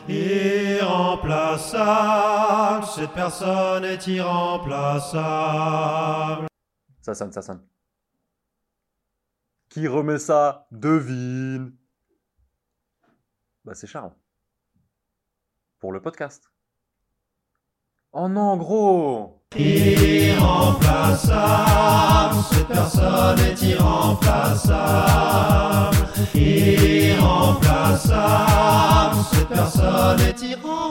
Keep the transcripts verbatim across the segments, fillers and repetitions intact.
irremplaçable. Cette personne est irremplaçable. Ça sonne, ça sonne. Qui remet ça? Devine. Bah c'est Charles. Pour le podcast. Oh non, gros! Irremplaçable, cette personne est irremplaçable. Irremplaçable, cette personne est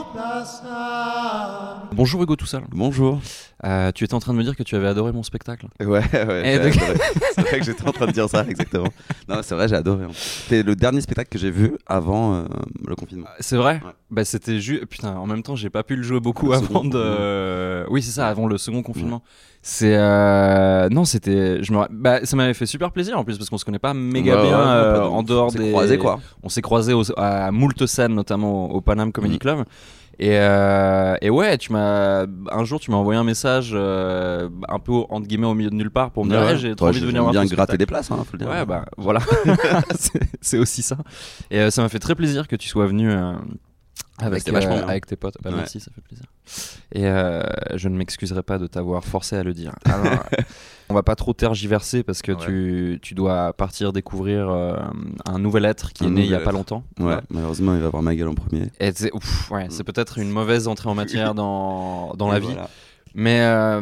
irremplaçable. Bonjour Hugo Toussal. Bonjour. Euh, tu étais en train de me dire que tu avais adoré mon spectacle. Ouais, ouais. Et donc... C'est vrai que j'étais en train de dire ça, exactement. Non, c'est vrai, j'ai adoré. Hein. C'était le dernier spectacle que j'ai vu avant euh, le confinement. C'est vrai. Ouais. Bah c'était juste. Putain, en même temps, j'ai pas pu le jouer beaucoup Le avant second, de. Euh... Oui, c'est ça, avant le second confinement. Ouais. C'est. Euh... Non, c'était. Je me. Bah, ça m'avait fait super plaisir en plus parce qu'on se connaît pas méga ouais, bien ouais, euh, ouais, en dehors on s'est des. croisés, quoi. On s'est croisés au... à moult scènes, notamment au Paname Comedy mmh. Club. Et, euh, et ouais, tu m'as un jour tu m'as envoyé un message euh, un peu entre guillemets au milieu de nulle part pour me dire ouais, hey, j'ai trop ouais, envie de venir voir bien ton gratter spectacle. des places, hein, faut le dire. Ouais bah voilà, c'est, c'est aussi ça. Et euh, ça m'a fait très plaisir que tu sois venu euh, avec, bah, euh, avec tes potes. Bah, ouais. Merci, ça fait plaisir. Et euh, je ne m'excuserai pas de t'avoir forcé à le dire. Alors, on va pas trop tergiverser parce que ouais. tu, tu dois partir découvrir euh, un nouvel être qui un est né il y a pas longtemps. Ouais, voilà. Malheureusement, il va voir ma gueule en premier. Et c'est, ouf, ouais, c'est peut-être une mauvaise entrée en matière dans, dans la vie. Voilà. Mais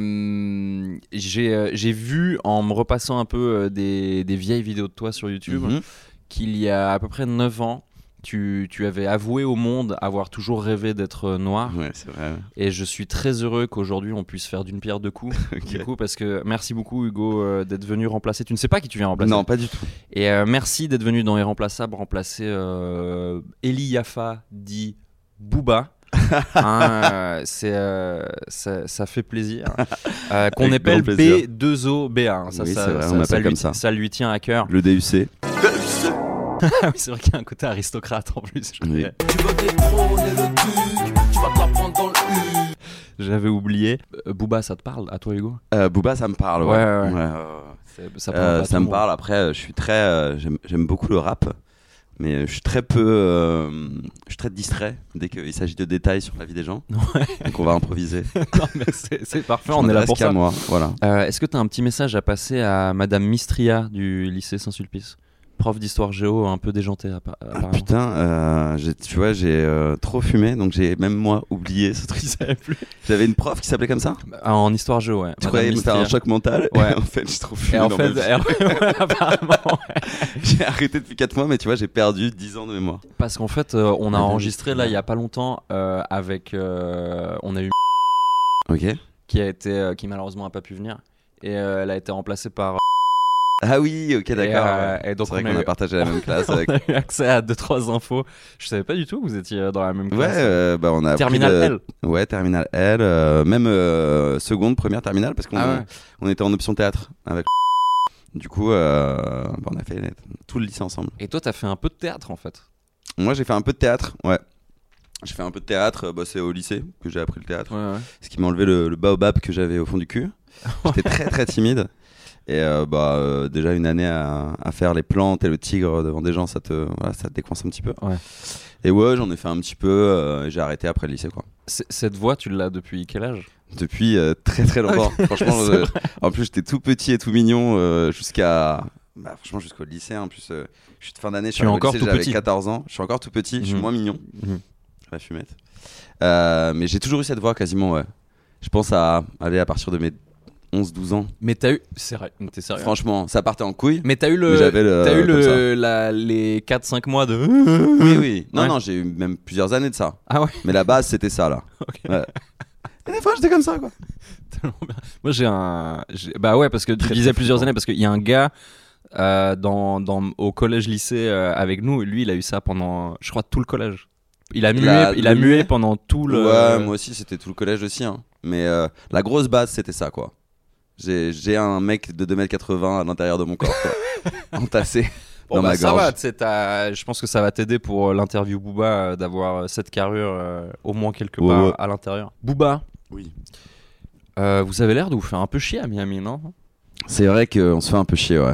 euh, j'ai, euh, j'ai vu en me repassant un peu euh, des, des vieilles vidéos de toi sur YouTube mm-hmm. qu'il y a à peu près neuf ans, Tu, tu avais avoué au monde avoir toujours rêvé d'être noir. Ouais, c'est vrai. Et je suis très heureux qu'aujourd'hui on puisse faire d'une pierre deux coups. Okay. Du coup, parce que merci beaucoup Hugo euh, d'être venu remplacer. Tu ne sais pas qui tu viens remplacer? Non, pas du tout. Et euh, merci d'être venu dans Irremplaçable remplacer euh, Eli Yafa dit Booba. hein, euh, c'est, euh, ça, ça fait plaisir euh, qu'on Avec appelle B deux O B A. Hein. Ça, oui, ça, c'est vrai, ça, on m'appelle ça, lui, comme ça. Ça lui tient à cœur. Le D U C. Oui, c'est vrai qu'il y a un côté aristocrate en plus. Oui. Tu veux détrôner le duc, tu vas te la prendre dans le U. J'avais oublié. Euh, Booba, ça te parle à toi, Hugo? euh, Booba, ça me parle, ouais. Ouais, ouais. ouais, ouais. C'est, ça, euh, ça me parle. Après, je suis très, euh, j'aime, j'aime beaucoup le rap, mais je suis très peu, euh, je suis très distrait dès qu'il s'agit de détails sur la vie des gens. Ouais. Donc on va improviser. Non, mais c'est, c'est parfait. On est là pour ça. Moi, voilà. Euh, est-ce que tu as un petit message à passer à Madame Mistria du lycée Saint-Sulpice? Prof d'histoire géo un peu déjanté apparemment. Ah putain, euh, j'ai, tu vois, j'ai euh, trop fumé, donc j'ai même moi oublié ce truc. Plus. J'avais une prof qui s'appelait comme ça ah, en histoire géo, ouais. Tu croyais me faire un choc mental? Ouais. En fait, j'ai trop fumé. Et en dans fait, ma vie. ouais, apparemment, ouais. J'ai arrêté depuis quatre mois, mais tu vois, j'ai perdu dix ans de mémoire. Parce qu'en fait, euh, on a enregistré là il y a pas longtemps euh, avec, euh, on a eu Ok. qui a été, euh, qui malheureusement a pas pu venir, et euh, elle a été remplacée par. Ah oui, ok, d'accord. Et, euh, et donc c'est vrai on qu'on a, a partagé la même classe. on avec... a eu accès à deux trois infos. Je savais pas du tout que vous étiez dans la même Ouais, classe. euh, bah on a Terminal le... L. Ouais, Terminal L, euh, même euh, seconde, première terminale, parce qu'on ah ouais. on était en option théâtre avec. Du coup, euh, bah on a fait tout le lycée ensemble. Et toi, t'as fait un peu de théâtre en fait. Moi, j'ai fait un peu de théâtre, ouais. J'ai fait un peu de théâtre, bah, c'est au lycée que j'ai appris le théâtre. Ouais, ouais. Ce qui m'a enlevé le, le baobab que j'avais au fond du cul. J'étais très très timide. Et euh, bah, euh, déjà une année à, à faire les plantes et le tigre devant des gens, ça te, voilà, ça te décoince un petit peu. Ouais. Et ouais, j'en ai fait un petit peu, euh, et j'ai arrêté après le lycée, quoi. C- cette voix, tu l'as depuis quel âge? Depuis euh, très très longtemps. Franchement, euh, en plus j'étais tout petit et tout mignon euh, jusqu'à, bah, franchement jusqu'au lycée. En plus, euh, je suis de fin d'année, je suis encore lycée, tout j'avais petit. quatorze ans. Je suis encore tout petit, mmh. Je suis moins mignon. Mmh. La fumette. Euh, mais j'ai toujours eu cette voix quasiment, ouais. Je pense à aller à partir de mes onze douze ans. Mais t'as eu. C'est vrai, t'es sérieux? Franchement, ça partait en couille. Mais t'as eu le. Mais j'avais le. T'as eu comme le, la, les quatre cinq mois de. Oui, oui. Non, ouais. non, j'ai eu même plusieurs années de ça. Ah ouais? Mais la base, c'était ça, là. Okay. Ouais. Et des fois, j'étais comme ça, quoi. Moi, j'ai un. J'ai... Bah ouais, parce que tu très, disais très plusieurs années, parce qu'il y a un gars. Euh, dans, dans, au collège-lycée euh, avec nous, lui il a eu ça pendant, je crois, tout le collège. Il a mué, la, il a mué pendant tout le. Ouais, moi aussi, c'était tout le collège aussi. Hein. Mais euh, la grosse base, c'était ça, quoi. J'ai, j'ai un mec de deux mètres quatre-vingts à l'intérieur de mon corps, quoi. Entassé. Bon, dans bah, ma ça gorge. va, t'as... je pense que ça va t'aider pour l'interview Booba euh, d'avoir cette carrure euh, au moins quelque part ouais, ouais. à l'intérieur. Booba, oui. Euh, vous avez l'air de vous faire un peu chier à Miami, non? C'est vrai qu'on se fait un peu chier, ouais.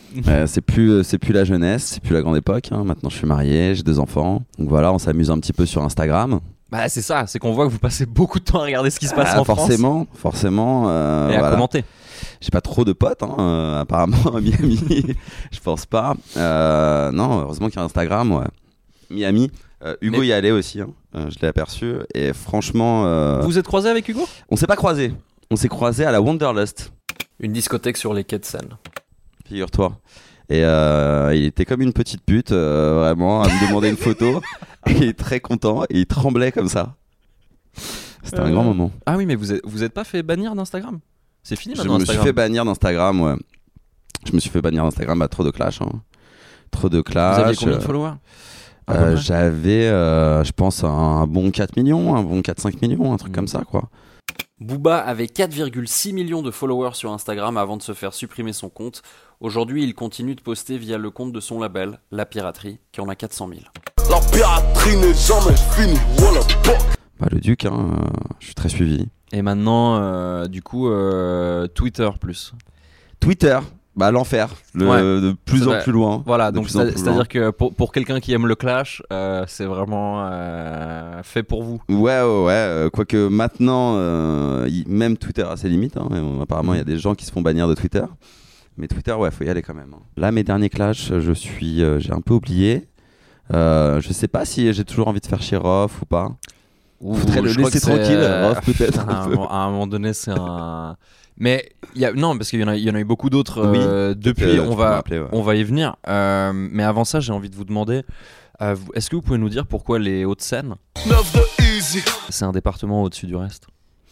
Euh, c'est plus c'est plus la jeunesse, c'est plus la grande époque. Hein. Maintenant, je suis marié, j'ai deux enfants. Donc voilà, on s'amuse un petit peu sur Instagram. Bah c'est ça, c'est qu'on voit que vous passez beaucoup de temps à regarder ce qui se passe ah, en forcément, France. Forcément, euh, et à voilà. commenter. J'ai pas trop de potes, hein, euh, apparemment à Miami. Je pense pas. Euh, non, heureusement qu'il y a Instagram. Ouais. Miami. Euh, Hugo Mais... y allait aussi. Hein. Euh, je l'ai aperçu. Et franchement. Euh... Vous vous êtes croisés avec Hugo ? On s'est pas croisés. On s'est croisés à la Wanderlust. Une discothèque sur les quais de Seine. Figure-toi. Et euh, il était comme une petite pute, euh, vraiment, à me demander une photo. Et il est très content. Et il tremblait comme ça. C'était euh... un grand moment. Ah oui, mais vous êtes, vous êtes pas fait bannir d'Instagram ? C'est fini maintenant. Je me Instagram. suis fait bannir d'Instagram, ouais. Je me suis fait bannir d'Instagram, bah, trop de clash. Hein. Trop de clash. Vous aviez combien de followers ? euh, J'avais, euh, je pense, un bon quatre millions, un bon quatre cinq millions, un truc mmh. comme ça, quoi. Booba avait quatre virgule six millions de followers sur Instagram avant de se faire supprimer son compte. Aujourd'hui, il continue de poster via le compte de son label, La Piraterie, qui en a quatre cent mille. La piraterie n'est jamais finie, voilà. Bah, le Duc, hein, euh, je suis très suivi. Et maintenant, euh, du coup, euh, Twitter plus. Twitter, bah l'enfer, le, ouais, de plus en plus loin. Voilà, donc c'est, c'est-à-dire loin. que pour, pour quelqu'un qui aime le clash, euh, c'est vraiment euh, fait pour vous. Ouais, ouais, ouais. Euh, quoique maintenant, euh, y, même Twitter a ses limites. Hein, et, apparemment, il y a des gens qui se font bannir de Twitter. Mais Twitter, ouais, faut y aller quand même. Hein. Là, mes derniers clashs, je suis, euh, j'ai un peu oublié. Euh, je sais pas si j'ai toujours envie de faire chier Rof ou pas. Ou faudrait le laisser tranquille, Rof peut-être. À un, à un moment donné, c'est un. Mais y a, non, parce qu'il y en a, il y en a eu beaucoup d'autres euh, oui, depuis. On va, ouais. on va y venir. Euh, mais avant ça, j'ai envie de vous demander, euh, est-ce que vous pouvez nous dire pourquoi les Hauts-de-Seine, c'est un département au-dessus du reste ?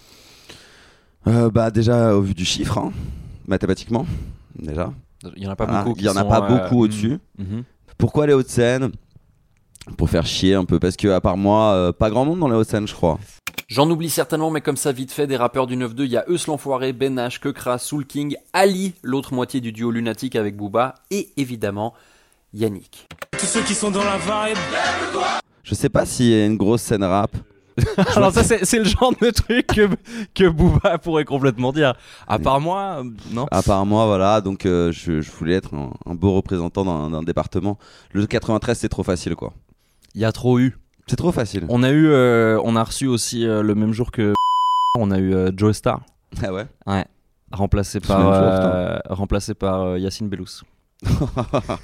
euh, Bah déjà au vu du chiffre, hein, mathématiquement, déjà. Il y en a pas beaucoup. Il y en a pas euh, beaucoup au-dessus. Mm-hmm. Pourquoi les Hauts-de-Seine ? Pour faire chier un peu, parce que à part moi, euh, pas grand monde dans les Hauts-de-Seine, je crois. J'en oublie certainement, mais comme ça, vite fait, des rappeurs du neuf deux, il y a Eus l'Enfoiré, Ben H, Kekra, Soul King, Ali, l'autre moitié du duo Lunatique avec Booba, et évidemment, Yannick. Tous ceux qui sont dans la vibe. Je sais pas s'il y a une grosse scène rap. Alors ça, c'est, c'est le genre de truc que, que Booba pourrait complètement dire. À part moi, euh, non. À part moi, voilà, donc euh, je, je voulais être un, un beau représentant d'un, d'un département. Le quatre-vingt-treize, c'est trop facile, quoi. Il y a trop eu. C'est trop facile. On a eu, euh, on a reçu aussi euh, le même jour que on a eu euh, Joe Star. Ah ouais. Ouais. Remplacé par, jour, euh, remplacé par euh, Yacine Bellous. Ça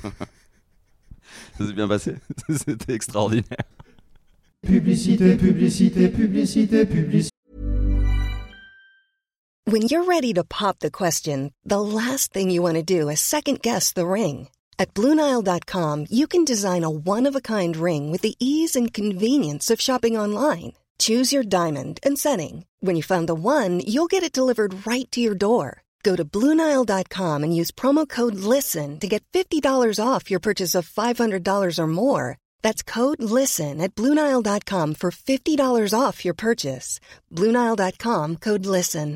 s'est bien passé. C'était extraordinaire. Publicité, publicité, publicité, publicité. When you're ready to pop the question, the last thing you want to do is second guess the ring. At Blue Nile dot com, you can design a one-of-a-kind ring with the ease and convenience of shopping online. Choose your diamond and setting. When you find the one, you'll get it delivered right to your door. Go to Blue Nile dot com and use promo code LISTEN to get fifty dollars off your purchase of five hundred dollars or more. That's code LISTEN at Blue Nile dot com for fifty dollars off your purchase. Blue Nile dot com, code LISTEN.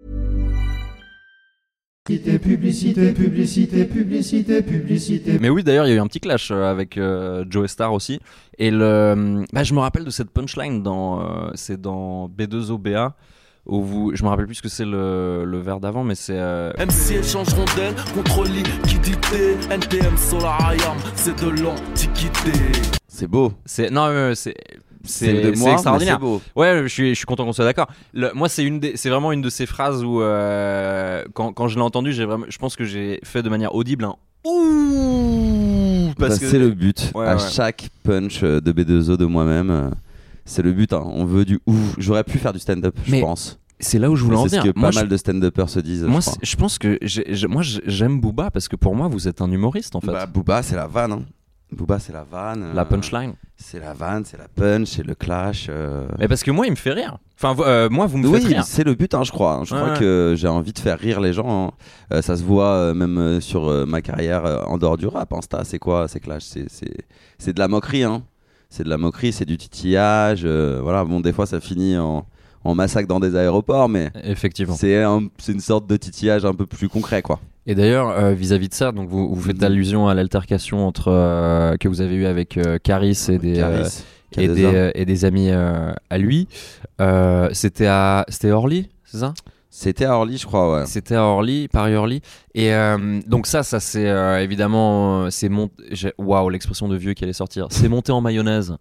Publicité, publicité, publicité, publicité. Mais oui, d'ailleurs, il y a eu un petit clash avec euh, Joe Star aussi. Et le, bah, je me rappelle de cette punchline dans, euh, c'est dans B deux O B A. Où vous, je me rappelle plus ce que c'est le, le vers d'avant, mais c'est. Euh... M C échange rondelle contre liquidité. N P M Solar I A M, c'est de l'antiquité. C'est beau. C'est non, euh, c'est. C'est, c'est, de c'est moi, extraordinaire. C'est beau. Ouais, je suis, je suis content qu'on soit d'accord. Le, moi, c'est une, des, c'est vraiment une de ces phrases où euh, quand, quand je l'ai entendu, j'ai vraiment, je pense que j'ai fait de manière audible un ouh. Parce bah, que c'est le but. Ouais, à ouais. chaque punch de B deux O de moi-même, c'est le but. Hein. On veut du ouh. J'aurais pu faire du stand-up, je Mais pense. C'est là où je voulais en venir. C'est ce que moi, pas je... mal de stand-uppers se disent. Moi, je, je pense que j'ai, j'ai, moi, j'aime Booba parce que pour moi, vous êtes un humoriste en fait. Bah, Booba, c'est la vanne. Hein. Booba, c'est la vanne. La punchline. Euh, c'est la vanne, c'est la punch, c'est le clash. Euh... Mais parce que moi, il me fait rire. Enfin, euh, moi, vous me oui, faites rire. C'est le but, hein, je crois. Je ouais, crois ouais. que j'ai envie de faire rire les gens. Hein. Euh, ça se voit euh, même euh, sur euh, ma carrière euh, en dehors du rap. Insta, c'est quoi? C'est clash. C'est, c'est, c'est de la moquerie. Hein. C'est de la moquerie, c'est du titillage. Euh, voilà, bon, des fois, ça finit en, en massacre dans des aéroports, mais effectivement, c'est, un, c'est une sorte de titillage un peu plus concret, quoi. Et d'ailleurs, euh, vis-à-vis de ça, donc vous, vous faites mmh. allusion à l'altercation entre euh, que vous avez eu avec euh, Caris et des Caris, euh, et, des, euh, et des amis euh, à lui. Euh, c'était à c'était Orly, c'est ça? C'était à Orly, je crois, ouais. C'était à Orly, Paris-Orly. Et euh, donc ça, ça c'est euh, évidemment, euh, c'est mon... j'ai- Waouh, l'expression de vieux qui allait sortir. C'est monté en mayonnaise.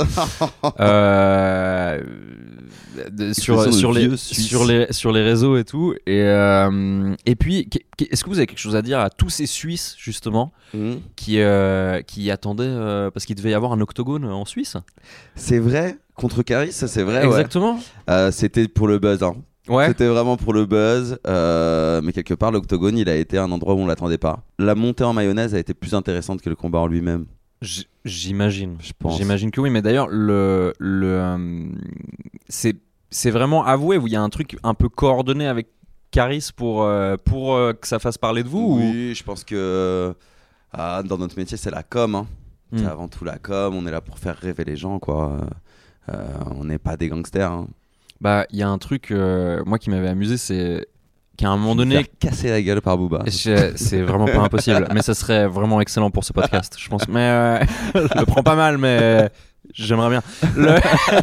euh, de- sur, Expression de sur, les, vieux Suisse. sur, les, sur les réseaux et tout. Et, euh, et puis, qu- qu- est-ce que vous avez quelque chose à dire à tous ces Suisses, justement, Mhm. qui, euh, qui attendaient... euh, parce qu'il devait y avoir un octogone en Suisse. C'est vrai, contre Caris, ça c'est vrai, ouais. Exactement. Euh, c'était pour le buzz, hein. Ouais. C'était vraiment pour le buzz, euh, mais quelque part l'octogone il a été un endroit où on l'attendait pas. La montée en mayonnaise a été plus intéressante que le combat en lui-même. J- J'imagine. Je pense. J'imagine que oui, mais d'ailleurs, le, le, euh, c'est, c'est vraiment avoué, où il y a un truc un peu coordonné avec Caris pour, euh, pour euh, que ça fasse parler de vous Oui, je pense que ah, dans notre métier c'est la com, hein. ou... C'est Hmm. avant tout la com, on est là pour faire rêver les gens, quoi. Euh, on n'est pas des gangsters, hein. Bah, il y a un truc, euh, moi, qui m'avait amusé, c'est qu'à un moment donné, Faire casser la gueule par Booba. je- c'est vraiment pas impossible, mais ça serait vraiment excellent pour ce podcast, je pense. Mais euh, je le prends pas mal, mais j'aimerais bien. Le-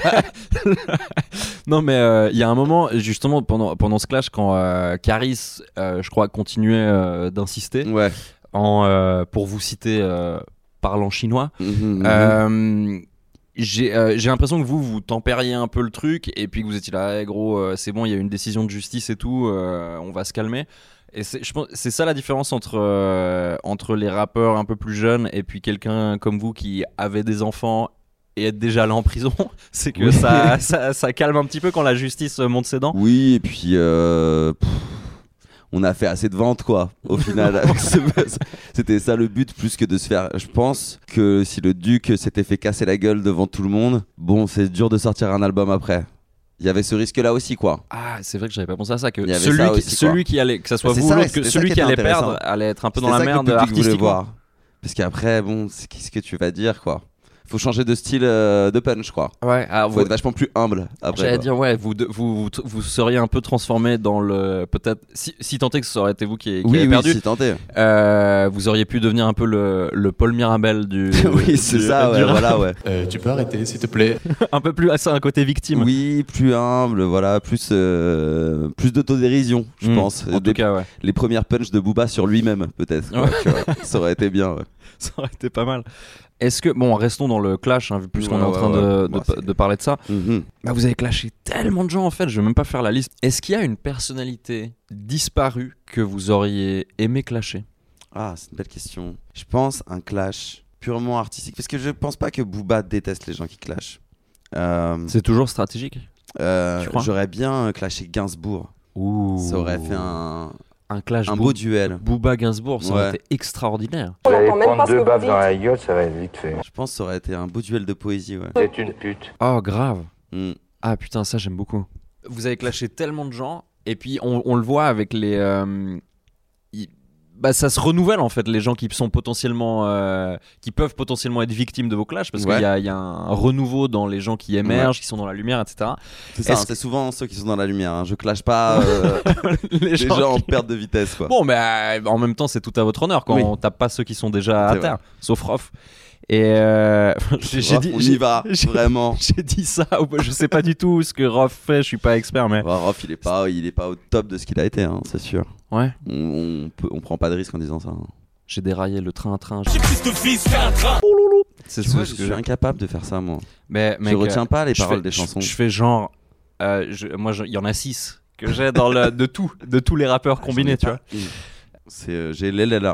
non, mais euh, il y a un moment, justement, pendant, pendant ce clash, quand euh, Caris, euh, je crois, continuait euh, d'insister, Ouais. en, euh, pour vous citer, euh, parlant chinois, Mhm, mhm. euh, j'ai euh, j'ai l'impression que vous, vous tempériez un peu le truc, et puis que vous étiez là, hey, gros, euh, c'est bon, il y a une décision de justice et tout, euh, on va se calmer. Et c'est, je pense, c'est ça la différence entre, euh, entre les rappeurs un peu plus jeunes et puis quelqu'un comme vous qui avait des enfants et être déjà allé en prison. C'est que Oui. ça, ça, ça calme un petit peu quand la justice monte ses dents. Oui, et puis euh, pff, on a fait assez de ventes, quoi, au final. avec ce buzz. C'était ça le but, plus que de se faire. Je pense que si le Duc s'était fait casser la gueule devant tout le monde, bon, c'est dur de sortir un album après. Il y avait ce risque-là aussi, quoi. Ah, c'est vrai que j'avais pas pensé à ça. Que Il y avait celui, ça qui, aussi, quoi. celui qui allait, que ça soit C'est vous ou ça, l'autre, c'était que ça celui qui qui était allait intéressant. perdre allait être un peu dans C'était la ça merde que le public voulait artistiquement. voir. Parce qu'après, bon, c'est- qu'est-ce que tu vas dire, quoi. Faut changer de style euh, de punch, quoi. Ouais, ah, Faut vous- être vachement plus humble après. J'allais quoi. dire, ouais, vous, de- vous, vous, vous seriez un peu transformé dans le. Peut-être. Si, si tant est que ça aurait été vous qui, qui Oui, avez oui, perdu, si tenté. euh, vous auriez pu devenir un peu le, le Paul Mirabel du. Oui, c'est du- ça, du ouais, rap. voilà, ouais. Euh, tu peux arrêter, s'il te plaît. Un peu plus. Ah, c'est un côté victime. Oui, plus humble, voilà, plus, euh, plus d'autodérision, je Mm, pense. En tout Des- cas, ouais. Les premières punches de Booba sur lui-même, peut-être. quoi, Ouais. tu vois. Ça aurait été bien, ouais. Ça aurait été pas mal. Est-ce que. Bon, restons dans le clash, hein, puisqu'on Ouais, est en ouais, train ouais. de, de, Bon, c'est- de parler de ça. Mhm. Bah, vous avez clashé tellement de gens en fait, je vais même pas faire la liste. Est-ce qu'il y a une personnalité disparue que vous auriez aimé clasher? Ah, c'est une belle question. Je pense un clash purement artistique, parce que je pense pas que Booba déteste les gens qui clashent. Euh, C'est toujours stratégique. euh, tu crois J'aurais bien clashé Gainsbourg. Ouh. Ça aurait fait un, un clash un Boo- beau duel. Booba Gainsbourg, ça aurait Ouais. été extraordinaire. Vous Vous allez n'entendez même pas prendre ce que deux vous baffes dites. dans la gueule, ça va être vite fait. Je pense que ça aurait été un beau duel de poésie, ouais. C'est une pute. Oh, grave. Mm. Ah putain, ça j'aime beaucoup. Vous avez clashé tellement de gens, et puis on, on le voit avec les. euh, y- Bah, ça se renouvelle en fait, les gens qui sont potentiellement. euh, qui peuvent potentiellement être victimes de vos clashs, parce Ouais. qu'il y a, il y a un renouveau dans les gens qui émergent, qui sont dans la lumière, et cetera. C'est ça, Est-ce hein, c'est souvent ceux qui sont dans la lumière. hein. Je clash pas euh, les les gens en qui- perte de vitesse, quoi. Bon, bah, en même temps, c'est tout à votre honneur quand Oui. on tape pas ceux qui sont déjà à C'est terre, sauf Rof. Et euh, j'ai j'ai Rof, dit, on j'ai- y va, j'ai- vraiment. J'ai dit ça, je sais pas du tout ce que Rof fait, je suis pas expert, mais. Bah, Rof, il est pas, il est pas au top de ce qu'il a été, hein, c'est sûr. Ouais, On, on, peut, on prend pas de risque en disant ça. hein. j'ai déraillé le train à train. J'ai plus de fils qu'un train. C'est Tu ce vois, ce je que suis incapable de faire ça, moi. Mais, Je mec, retiens pas les je paroles fais- des je- chansons. Je fais genre. euh, je- moi, je- il y en a six que j'ai dans le. de tout, de tous les rappeurs combinés, tu vois. C'est, euh, j'ai l'L L A.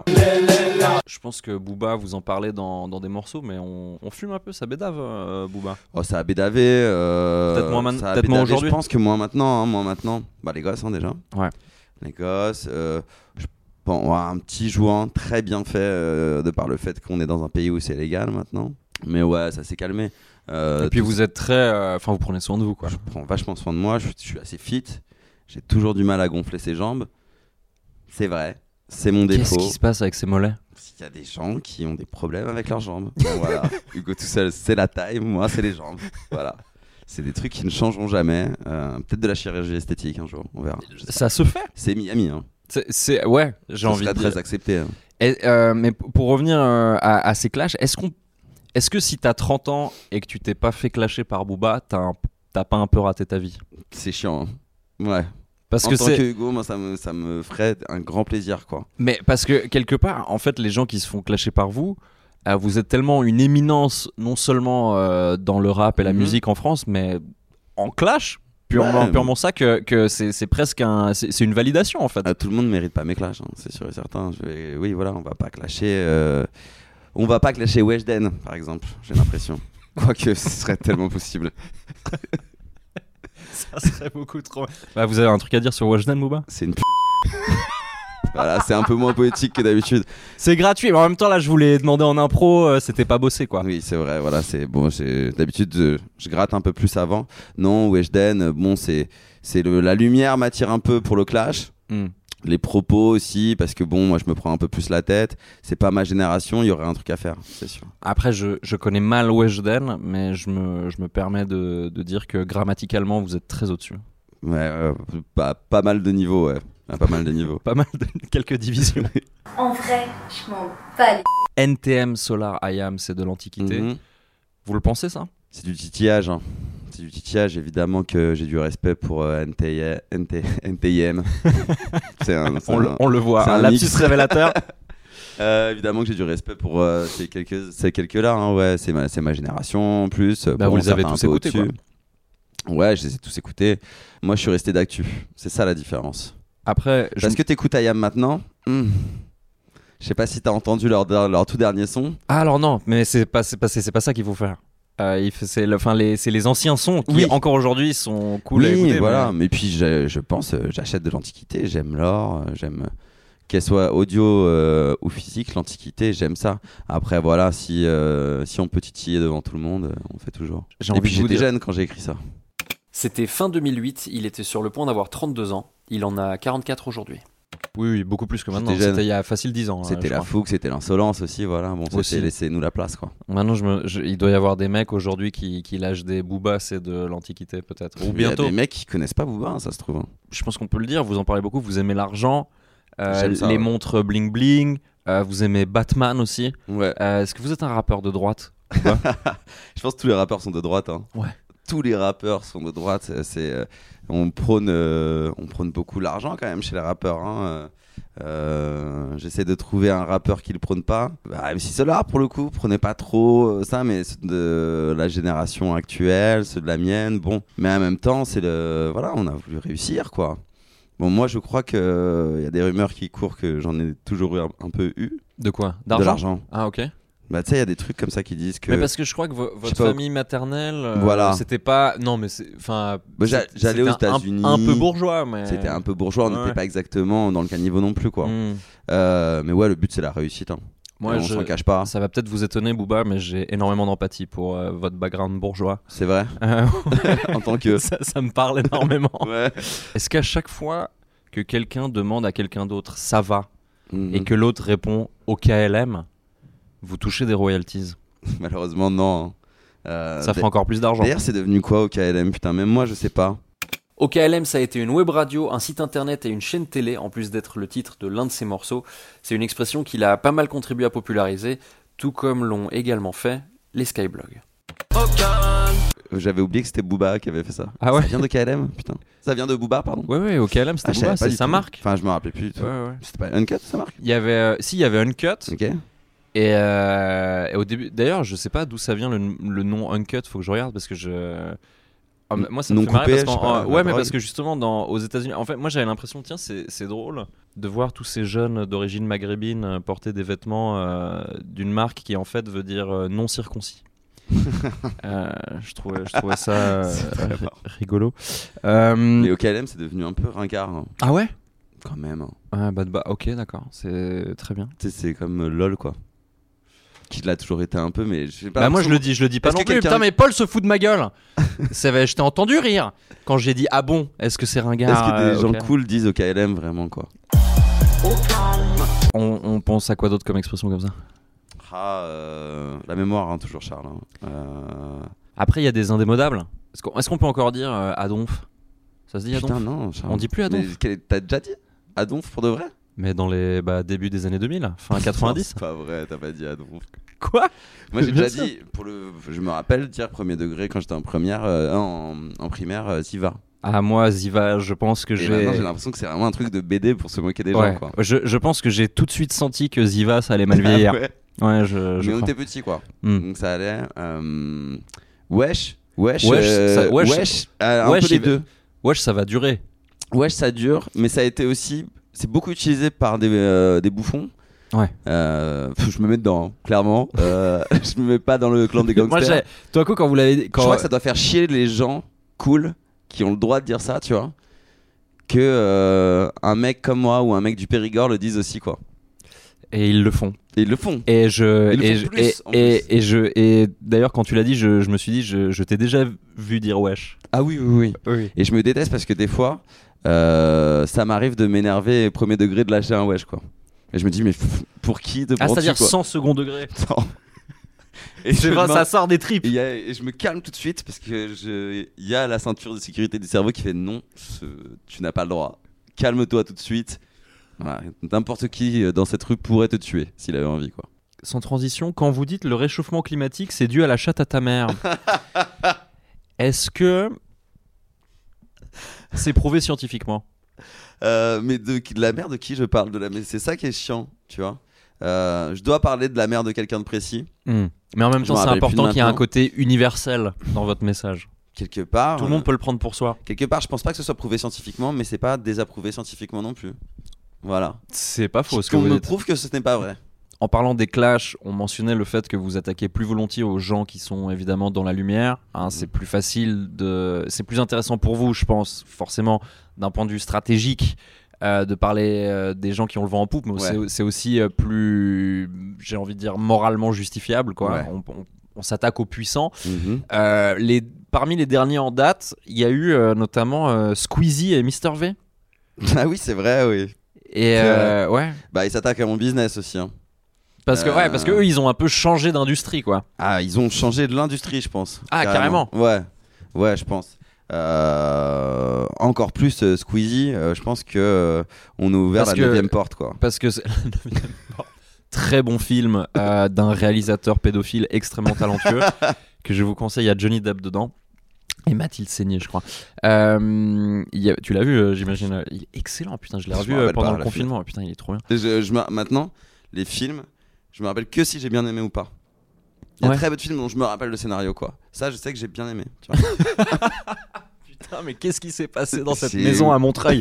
Je pense que Booba, vous en parlez dans, dans des morceaux, mais on, on fume un peu, ça bédave, euh, Booba. Oh, ça a bédavé. euh, Peut-être moins man- ça a peut-être moins bédavé, aujourd'hui. Je pense que moins maintenant, hein, moins maintenant. Bah, les gosses, hein, déjà. Ouais. Les gosses. euh, je pense, ouais, un petit joint très bien fait euh, de par le fait qu'on est dans un pays où c'est légal maintenant. Mais ouais, ça s'est calmé. Euh, Et puis tout- vous êtes très. Enfin, vous prenez soin de vous, quoi. Je prends vachement soin de moi, je, je suis assez fit. J'ai toujours du mal à gonfler ses jambes. C'est vrai. C'est mon Qu'est-ce défaut. qui se passe avec ces mollets? Il y a des gens qui ont des problèmes avec leurs jambes. Bon, voilà. Hugo tout seul, c'est la taille, moi c'est les jambes. Voilà. C'est des trucs qui ne changeront jamais. Euh, peut-être de la chirurgie esthétique un jour, on verra. Je sais pas. Ça se fait. C'est Miami, hein. C'est, c'est- ouais, j'ai Ça envie de serait dire. très accepté. hein. Et, euh, mais p- pour revenir euh, à, à ces clashs, est-ce qu'on, est-ce que si t'as trente ans et que tu t'es pas fait clasher par Booba, t'as, un- t'as pas un peu raté ta vie? C'est chiant. hein. Ouais. Parce en que tant c'est. que Hugo, moi, ça me, ça me ferait un grand plaisir, quoi. Mais parce que quelque part, en fait, les gens qui se font clasher par vous, euh, vous êtes tellement une éminence, non seulement euh, dans le rap et la Mhm. musique en France, mais en clash, purement, Ouais, purement ça, que, que c'est, c'est presque un, c'est, c'est une validation en fait. Ah, tout le monde ne mérite pas mes clashs, hein, c'est sûr et certain. Je vais... Oui, voilà, on va pas clasher. Euh... On va pas clasher Weshden, par exemple, j'ai l'impression. Quoique ce serait tellement possible. Ça serait beaucoup trop. Bah, vous avez un truc à dire sur Weshden, Booba ? C'est une p. Voilà, c'est un peu moins poétique que d'habitude. C'est gratuit, mais en même temps, là, je vous l'ai demandé en impro, euh, c'était pas bossé quoi. Oui, c'est vrai, voilà, c'est bon. J'ai... D'habitude, je... je gratte un peu plus avant. Non, Weshden, bon, c'est, c'est le... la lumière m'attire un peu pour le clash. Mm. Les propos aussi, parce que bon, moi je me prends un peu plus la tête. C'est pas ma génération, il y aurait un truc à faire, c'est sûr. Après, je, je connais mal Weshden, mais je me, je me permets de, de dire que grammaticalement, vous êtes très au-dessus. Ouais, euh, pas, pas mal de niveaux, ouais. Ah, pas mal de niveaux. Pas mal de quelques divisions. En vrai, je m'en bats les... N T M Solar I A M, c'est de l'Antiquité. Mhm. Vous le pensez ça ? C'est du titillage, hein. C'est du titillage, évidemment que j'ai du respect pour euh, N T I N T N T I M. C'est un, c'est on, le, un- on le voit, c'est un un lapsus mix. révélateur. Euh, évidemment que j'ai du respect pour euh, ces quelques ces quelques là, hein, ouais, c'est ma c'est ma génération en plus. Bah, Pour vous les avez certains tous un peu écoutés, au-dessus. Ouais, je les ai tous écoutés. Moi, je suis resté d'actu. C'est ça la différence. Après, je... Parce que t'écoutes I A M maintenant. hmm, Je sais pas si t'as entendu leur leur tout dernier son. Ah, alors non, mais c'est pas, c'est pas, c'est, c'est pas ça qu'il faut faire. Euh, il fait, c'est, le, enfin, les, c'est les anciens sons qui, Oui. encore aujourd'hui, sont cool à Oui, écouter. voilà. mais- Mais puis, je, je pense, euh, j'achète de l'antiquité. J'aime l'or. euh, J'aime euh, qu'elle soit audio euh, ou physique, l'antiquité. J'aime ça. Après, voilà, si euh, si on peut titiller devant tout le monde, euh, on fait toujours. J'ai Et envie puis de vous j'étais dire- jeune quand j'ai écrit ça. C'était fin deux mille huit, il était sur le point d'avoir trente-deux ans, il en a quarante-quatre aujourd'hui. Oui, oui, beaucoup plus que maintenant. J'étais jeune. C'était il y a facile dix ans. C'était euh, je la crois. fougue, c'était l'insolence aussi, voilà. Bon, Aussi. c'était laissez-nous la place, quoi. Maintenant, je me, je- il doit y avoir des mecs aujourd'hui qui, qui lâchent des boobas, c'est de l'Antiquité peut-être. Ou Il y a bientôt. des mecs qui connaissent pas Booba, hein, ça se trouve. hein. Je pense qu'on peut le dire, vous en parlez beaucoup, vous aimez l'argent, euh, J'aime ça, les ouais. montres bling bling, euh, vous aimez Batman aussi. Ouais. Euh, est-ce que vous êtes un rappeur de droite ? Je pense que tous les rappeurs sont de droite. Hein. Ouais. Tous les rappeurs sont de droite. C'est, c'est, euh, on prône, euh, on prône beaucoup l'argent quand même chez les rappeurs. Hein. Euh, j'essaie de trouver un rappeur qui le prône pas. Bah, M C Solar pour le coup, prenez pas trop euh, ça, mais ceux de la génération actuelle, ceux de la mienne, bon. Mais en même temps, c'est le, voilà, on a voulu réussir, quoi. Bon, moi, je crois que il y a des rumeurs qui courent que j'en ai toujours eu un, un peu eu. De quoi ? De D'argent l'argent. Ah, ok. Bah, tu sais, il y a des trucs comme ça qui disent que. Mais parce que je crois que vo- votre sais pas, famille maternelle, euh, Voilà. c'était pas. Non, mais c'est. Enfin. Bah, j'a- c'est- j'allais aux c'était un- États-Unis. Un, peu bourgeois, mais. C'était un peu bourgeois, on n'était Ouais. pas exactement dans le caniveau non plus, quoi. Hmm. Euh, mais ouais, le but c'est la réussite. Hein. Moi, on je- s'en cache pas. Ça va peut-être vous étonner, Booba, mais j'ai énormément d'empathie pour euh, votre background bourgeois. C'est vrai. Euh, En tant que. ça, ça me parle énormément. Ouais. Est-ce qu'à chaque fois que quelqu'un demande à quelqu'un d'autre ça va Mhm. et que l'autre répond au K L M, vous touchez des royalties? Malheureusement, non. Euh, Ça d'a- fait encore plus d'argent. D'ailleurs, c'est devenu quoi au K L M? Putain, même moi, je sais pas. O K L M, ça a été une web radio, un site internet et une chaîne télé, en plus d'être le titre de l'un de ses morceaux. C'est une expression qu'il a pas mal contribué à populariser, tout comme l'ont également fait les Skyblogs. J'avais oublié que c'était Booba qui avait fait ça. Ah ouais? Ça vient de K L M, putain. Ça vient de Booba, pardon. Ouais, ouais, au K L M, c'était Ah, je savais Booba, pas c'est du sa tout. marque. Enfin, je me rappelais plus du tout. Ouais, ouais. C'était pas Uncut, sa marque? Il y avait, euh, si, il y avait Uncut. Ok. Et, euh, et au début, d'ailleurs, je sais pas d'où ça vient le, le nom Uncut. Faut que je regarde parce que je. Ah, mais moi, ça me Non fait marrer coupé, parce je sais qu'en- pas, euh, la ouais, mais drogue. parce que justement, dans, aux États-Unis, en fait, moi, j'avais l'impression, tiens, c'est, c'est drôle de voir tous ces jeunes d'origine maghrébine euh, porter des vêtements euh, d'une marque qui en fait veut dire euh, non circoncis. Euh, je trouvais, je trouvais ça euh, C'est très ri- marrant. rigolo. Euh, Mais au K L M, c'est devenu un peu ringard, hein, Ah ouais. quand même. hein. Ah, bah, bah, ok, d'accord, c'est très bien. Tu sais, c'est comme euh, LOL, quoi. Qui l'a toujours été un peu, mais je sais pas. Bah moi je le l'impression- dis, je le dis pas Est-ce non que plus. quelqu'un- Putain mais Paul se fout de ma gueule. Ça va, je t'ai entendu rire quand j'ai dit ah bon, est-ce que c'est ringard? Est-ce que des euh, gens ok. cool disent au K L M vraiment, quoi? on, on pense à quoi d'autre comme expression comme ça? Ah, euh, la mémoire, hein, toujours, Charles. hein. Euh... Après il y a des indémodables. Est-ce qu'on, est-ce qu'on peut encore dire euh, Adonf? Ça se dit Adonf? Putain, non, Charles. On dit plus Mais Adonf. quel est- T'as déjà dit Adonf pour de vrai? Mais dans les bah, débuts des années deux mille, fin Non, quatre-vingt-dix. C'est pas vrai, t'as pas dit Adonf. Quoi? Moi j'ai Bien déjà sûr. dit, pour le... je me rappelle dire premier degré quand j'étais en première, euh, en, en primaire, euh, Siva. Ah, moi, Ziva, je pense que Et j'ai. maintenant, j'ai l'impression que c'est vraiment un truc de B D pour se moquer des Ouais. gens, quoi. Je, je pense que j'ai tout de suite senti que Ziva, ça allait mal vieillir. ouais. Ouais, je. je Mais on crois. était petits, quoi. Hmm. Donc ça allait. Euh... Wesh. Wesh. Wesh, euh, ça- wesh- wesh, euh, un Wesh, peu les il- deux. Wesh, ça va durer. Wesh, ça dure, mais ça a été aussi. C'est beaucoup utilisé par des, euh, des bouffons. Ouais. Euh, je me mets dedans, hein, clairement. Euh, je me mets pas dans le clan des gangsters. Moi, j'ai. Toi, quoi, quand vous l'avez. Quand... Je crois que ça doit faire chier les gens cool qui ont le droit de dire ça, tu vois. Que euh, un mec comme moi ou un mec du Périgord le disent aussi, quoi. Et ils le font. Et ils le font. Et je. Ils le et, font je- plus, et, en et, plus. et je. Et d'ailleurs, quand tu l'as dit, je, je me suis dit, je, je t'ai déjà vu dire wesh. Ah oui, oui, oui. Oui. Et je me déteste parce que des fois, euh, ça m'arrive de m'énerver premier degré de lâcher un wesh, quoi. Et je me dis, mais f- pour qui te Ah, prends-tu, c'est-à-dire quoi. sans second degré. Non. Et C'est je vrai, me ça sort des tripes. Et, y a- et je me calme tout de suite parce que je- il y a la ceinture de sécurité du cerveau qui fait non, ce- tu n'as pas le droit. Calme-toi tout de suite. Voilà. N'importe qui euh, dans cette rue pourrait te tuer s'il avait envie, quoi. Sans transition, quand vous dites le réchauffement climatique, c'est dû à la chatte à ta mère. Est-ce que c'est prouvé scientifiquement? Euh, mais de, qui- de la mère de qui je parle de la, mais c'est ça qui est chiant, tu vois. Euh, je dois parler de la mère de quelqu'un de précis. Hmm. Mais en même Je temps, me c'est rappelle plus important de qu'il y ait un maintenant. côté universel dans votre message. Quelque part. Tout le euh, monde peut le prendre pour soi. Quelque part, je pense pas que ce soit prouvé scientifiquement, mais c'est pas désapprouvé scientifiquement non plus. Voilà. C'est pas faux ce que Qu'on vous me dites. prouve que ce n'est pas vrai. En parlant des clashs, on mentionnait le fait que vous attaquez plus volontiers aux gens qui sont évidemment dans la lumière. Hein, c'est plus facile de, c'est plus intéressant pour vous, je pense, forcément, d'un point de vue stratégique, euh, de parler euh, des gens qui ont le vent en poupe, mais Ouais. c'est, c'est aussi euh, plus, j'ai envie de dire, moralement justifiable, quoi. Ouais. On, on- on s'attaque aux puissants. Mhm. Euh, les, parmi les derniers en date, il y a eu euh, notamment euh, Squeezie et mister V. Ah oui, c'est vrai, oui. Et C'est euh, ouais, Bah, ils s'attaquent à mon business aussi. Hein. parce que Euh, ouais, parce que eux, ils ont un peu changé d'industrie, quoi. Ah, ils ont changé de l'industrie, je pense. Ah, carrément. Ouais, ouais, je pense. Euh, encore plus euh, Squeezie, euh, je pense que euh, on a ouvert Parce la que- neuvième porte, quoi. Parce que c'est la neuvième porte. Très bon film euh, d'un réalisateur pédophile extrêmement talentueux que je vous conseille. Il y a Johnny Depp dedans et Mathilde Seigné, je crois. Euh, il y a- tu l'as vu, euh, j'imagine. Il est excellent, putain, je l'ai Je revu me euh, rappelle pendant pas, le la confinement. Putain, il est trop bien. Je, je me- maintenant, les films, je me rappelle que si j'ai bien aimé ou pas. Il y a Ouais. très peu de films dont je me rappelle le scénario, quoi. Ça, je sais que j'ai bien aimé. Tu vois. Putain, mais qu'est-ce qui s'est passé dans cette C'est- maison à Montreuil?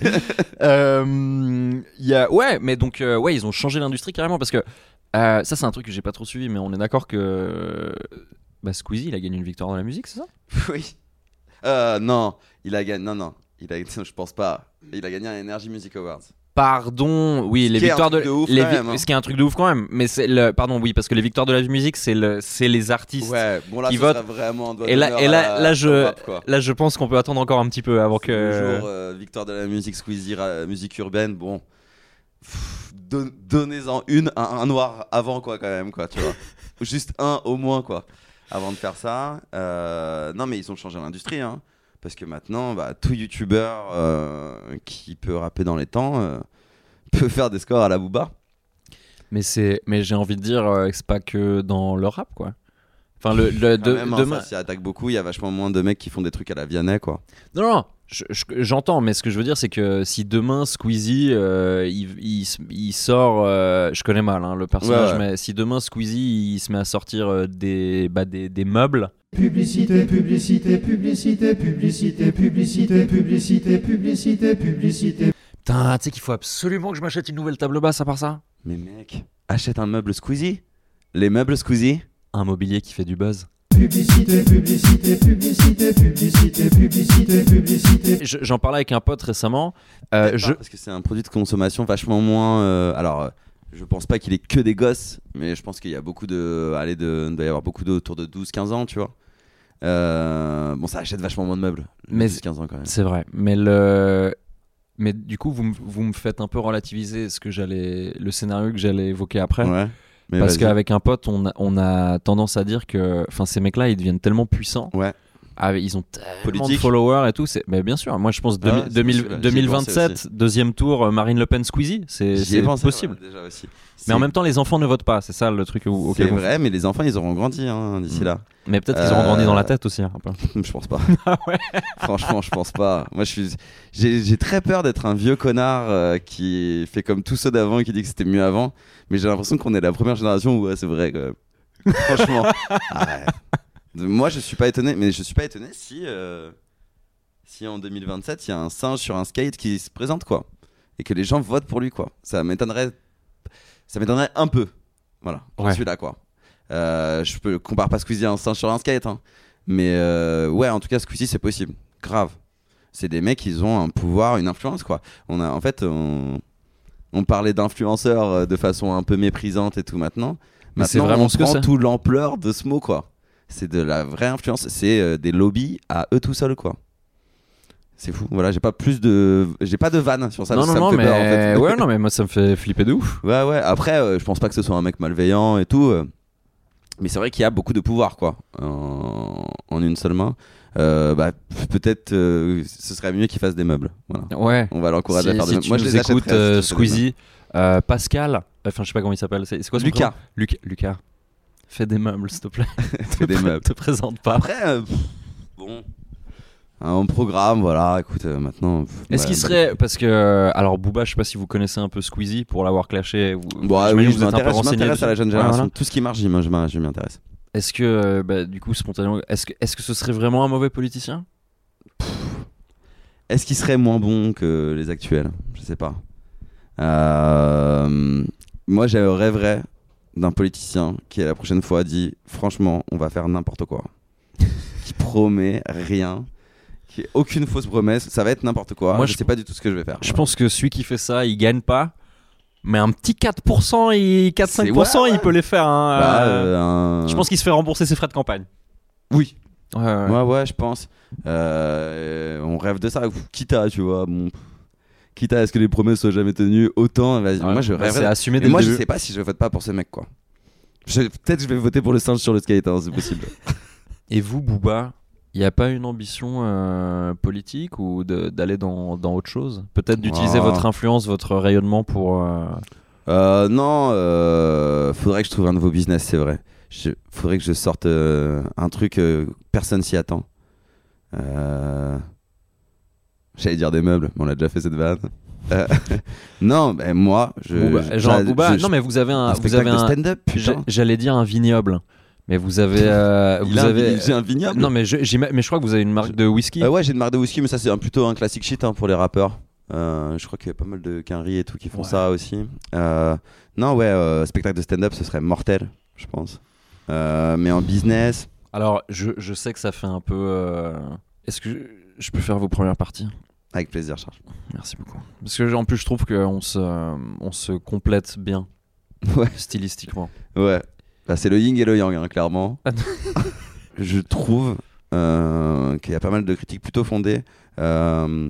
Euh, il y a... Ouais, mais donc, euh, ouais, ils ont changé l'industrie carrément parce que euh, ça, c'est un truc que j'ai pas trop suivi, mais on est d'accord que bah, Squeezie, il a gagné une victoire dans la musique, c'est ça? Oui. Euh, non, il a gagné. Non, non. Il a, je pense pas. Il a gagné un Energy Music Awards. Pardon, oui, Ce les qui est un victoires de, truc de ouf les quand vi- même, hein. ce qui est un truc de ouf quand même, mais c'est le pardon, oui, parce que les victoires de la musique, c'est le c'est les artistes. Ouais, bon là, qui ce votent. serait vraiment un doigt Et là- d'honneur et là- à la- là, je- au rap, quoi. Là, je pense qu'on peut attendre encore un petit peu avant Le que jour, euh, victoire de la musique Squeezie, ra- musique urbaine, bon. Pff, don- Donnez-en une à un noir avant, quoi, quand même, quoi, tu vois. Juste un au moins, quoi, avant de faire ça. Euh, non, mais ils ont changé l'industrie, hein. Parce que maintenant, bah, tout youtubeur euh, qui peut rapper dans les temps euh, peut faire des scores à la Booba. mais c'est mais j'ai envie de dire euh, que c'est pas que dans le rap quoi. Enfin le, le Quand de- même, hein, demain. ça s'y attaque beaucoup, il y a vachement moins de mecs qui font des trucs à la Vianney, quoi. Non non, je- je- j'entends, mais ce que je veux dire c'est que si demain Squeezie euh, il, il, il sort, euh, je connais mal hein, le personnage, Ouais, ouais. mais si demain Squeezie il se met à sortir euh, des bah, des, des meubles. Publicité, publicité, publicité, publicité, publicité, publicité, publicité, publicité. Putain, tu sais qu'il faut absolument que je m'achète une nouvelle table basse à part ça. Mais mec, achète un meuble Squeezie. Les meubles Squeezie. Un mobilier qui fait du buzz. Publicité, publicité, publicité, publicité, publicité, publicité. Je- J'en parlais avec un pote récemment. euh, Peut-être je... pas, Parce que c'est un produit de consommation vachement moins. euh, alors, euh, je pense pas qu'il ait que des gosses, mais je pense qu'il y a beaucoup de. Allez, de, il doit y avoir beaucoup d'autour de douze quinze ans, tu vois. Euh, bon, ça achète vachement moins de meubles. Mais douze quinze ans quand même. C'est vrai, mais le mais du coup vous me vous me faites un peu relativiser ce que j'allais le scénario que j'allais évoquer après Ouais. Mais parce vas-y. qu'avec un pote on a, on a tendance à dire que enfin ces mecs-là ils deviennent tellement puissants Ouais. Ah, ils ont tellement Politique. de followers et tout. C'est... Mais bien sûr, moi je pense Ah, deux mille- c'est deux mille- possible. J'y ai deux mille pensé vingt-sept, aussi. deuxième tour, euh, Marine Le Pen, Squeezie. C'est, J'y ai c'est pensé, possible. ouais, déjà aussi. Mais C'est- en même temps, les enfants ne votent pas. C'est ça le truc au- c'est auquel vous- vrai, mais les enfants, ils auront grandi hein, d'ici Mm. là. Mais peut-être qu'ils auront grandi Euh, dans la tête aussi. hein, un peu. Je pense pas. Ah ouais. Franchement, je pense pas. Moi, je suis, j'ai, j'ai très peur d'être un vieux connard euh, qui fait comme tous ceux d'avant et qui dit que c'était mieux avant. Mais j'ai l'impression qu'on est la première génération où ouais, c'est vrai quand même. Franchement. Arrête. Moi, je suis pas étonné, mais je suis pas étonné si, euh, si en deux mille vingt-sept, il y a un singe sur un skate qui se présente quoi, et que les gens votent pour lui quoi. Ça m'étonnerait, ça m'étonnerait un peu. Voilà. Je Ouais. suis là quoi. Euh, je peux compare pas Squeezie à un singe sur un skate, hein. Mais euh, ouais, en tout cas, Squeezie, c'est possible. Grave. C'est des mecs, ils ont un pouvoir, une influence, quoi. On a, en fait, on, on parlait d'influenceurs euh, de façon un peu méprisante et tout maintenant. Mais c'est Maintenant, vraiment on ce que prend c'est. toute l'ampleur de ce mot, quoi. C'est de la vraie influence. C'est euh, des lobbies à eux tout seuls, quoi. C'est fou. Voilà, j'ai pas plus de, j'ai pas de vanne sur ça. non, ça non, me non, fait mais... peur, en fait. ouais, non, mais moi ça me fait flipper de ouf. Ouais, ouais. Après, euh, je pense pas que ce soit un mec malveillant et tout. euh, Mais c'est vrai qu'il y a beaucoup de pouvoir, quoi, en, en une seule main. Euh, bah, peut-être euh, ce serait mieux qu'il fasse des meubles. Voilà. Ouais. On va l'encourager Si, à faire si des meubles. tu Moi, je nous les écoutes, achèterais, euh, si tu fais des Squeezie, euh, Pascal, enfin je sais pas comment il s'appelle, c'est, c'est quoi son Lucas. prénom Lucas. Lucas. Fais des meubles, s'il te plaît. Fais des Te- meubles. Te présente pas. Après, euh, pff, bon, un programme, voilà. Écoute, euh, maintenant. pff, Est-ce bah, qu'il bah, serait. Parce que. euh, Alors, Booba, je sais pas si vous connaissez un peu Squeezie pour l'avoir clashé. Vous, Bon, ah j'imagine oui, que je vous êtes un peu m'intéresse, je renseigné m'intéresse à la dessus. jeune Ouais, génération. voilà. Tout ce qui marche, j'y je m'in- je m'y intéresse. Est-ce que, euh, bah, du coup, spontanément, est-ce que, est-ce que ce serait vraiment un mauvais politicien Est-ce qu'il serait moins bon que les actuels ? Je sais pas. Euh, Moi, je rêverais d'un politicien qui, la prochaine fois, dit franchement, on va faire n'importe quoi. Qui promet rien, qui ait aucune fausse promesse. Ça va être n'importe quoi. Moi, Moi, je- je sais pas du tout ce que je vais faire. Je pense que celui qui fait ça, il gagne pas. Mais un petit quatre pour cent, il... quatre à cinq pour cent, C'est- ouais, ouais. il peut les faire. Hein. Bah, Euh, euh, un- Je pense qu'il se fait rembourser ses frais de campagne. Oui. Ouais, ouais. Ouais, ouais, je pense. Euh, on rêve de ça. Quitte à, tu vois, bon, quitte à ce que les promesses soient jamais tenues, autant. Vas-y, Ouais, moi, je bah, rêverais. c'est assumé Et dès moi, le je début. sais pas si je vote pas pour ce mec, quoi. Je- Peut-être je vais voter pour le singe sur le skate, hein, c'est possible. Et vous, Booba, il n'y a pas une ambition euh, politique ou de- d'aller dans, dans autre chose ? Peut-être d'utiliser Ah. votre influence, votre rayonnement pour... euh, Euh, non, euh, faudrait que je trouve un nouveau business, c'est vrai. Je, faudrait que je sorte euh, un truc, euh, personne s'y attend. Euh, J'allais dire des meubles, mais on a déjà fait cette vanne. Euh, non, ben moi, je. Booba- je- genre je- Booba, je- non mais vous avez un, un vous spectacle avez de un, stand-up, j'a- putain. j'allais dire un vignoble, mais vous avez, euh, Il vous a un avez, vi- J'ai un vignoble. non mais je, j'ima- mais je crois que vous avez une marque de whisky. Euh, ouais, j'ai une marque de whisky, mais ça c'est un- plutôt un classic shit hein, pour les rappeurs. Euh, je crois qu'il y a pas mal de quinri et tout qui font Ouais. ça aussi. Euh, non, ouais, euh, spectacle de stand-up, ce serait mortel, je pense. Euh, mais en business, Alors je, je sais que ça fait un peu. euh, Est-ce que je, je peux faire vos premières parties ? avec plaisir, Charles. Merci beaucoup. Parce que en plus je trouve qu'on se, on se complète bien, Ouais. stylistiquement. Ouais, bah, c'est le yin et le yang, hein, clairement. Ah, Je trouve euh, qu'il y a pas mal de critiques plutôt fondées. Euh,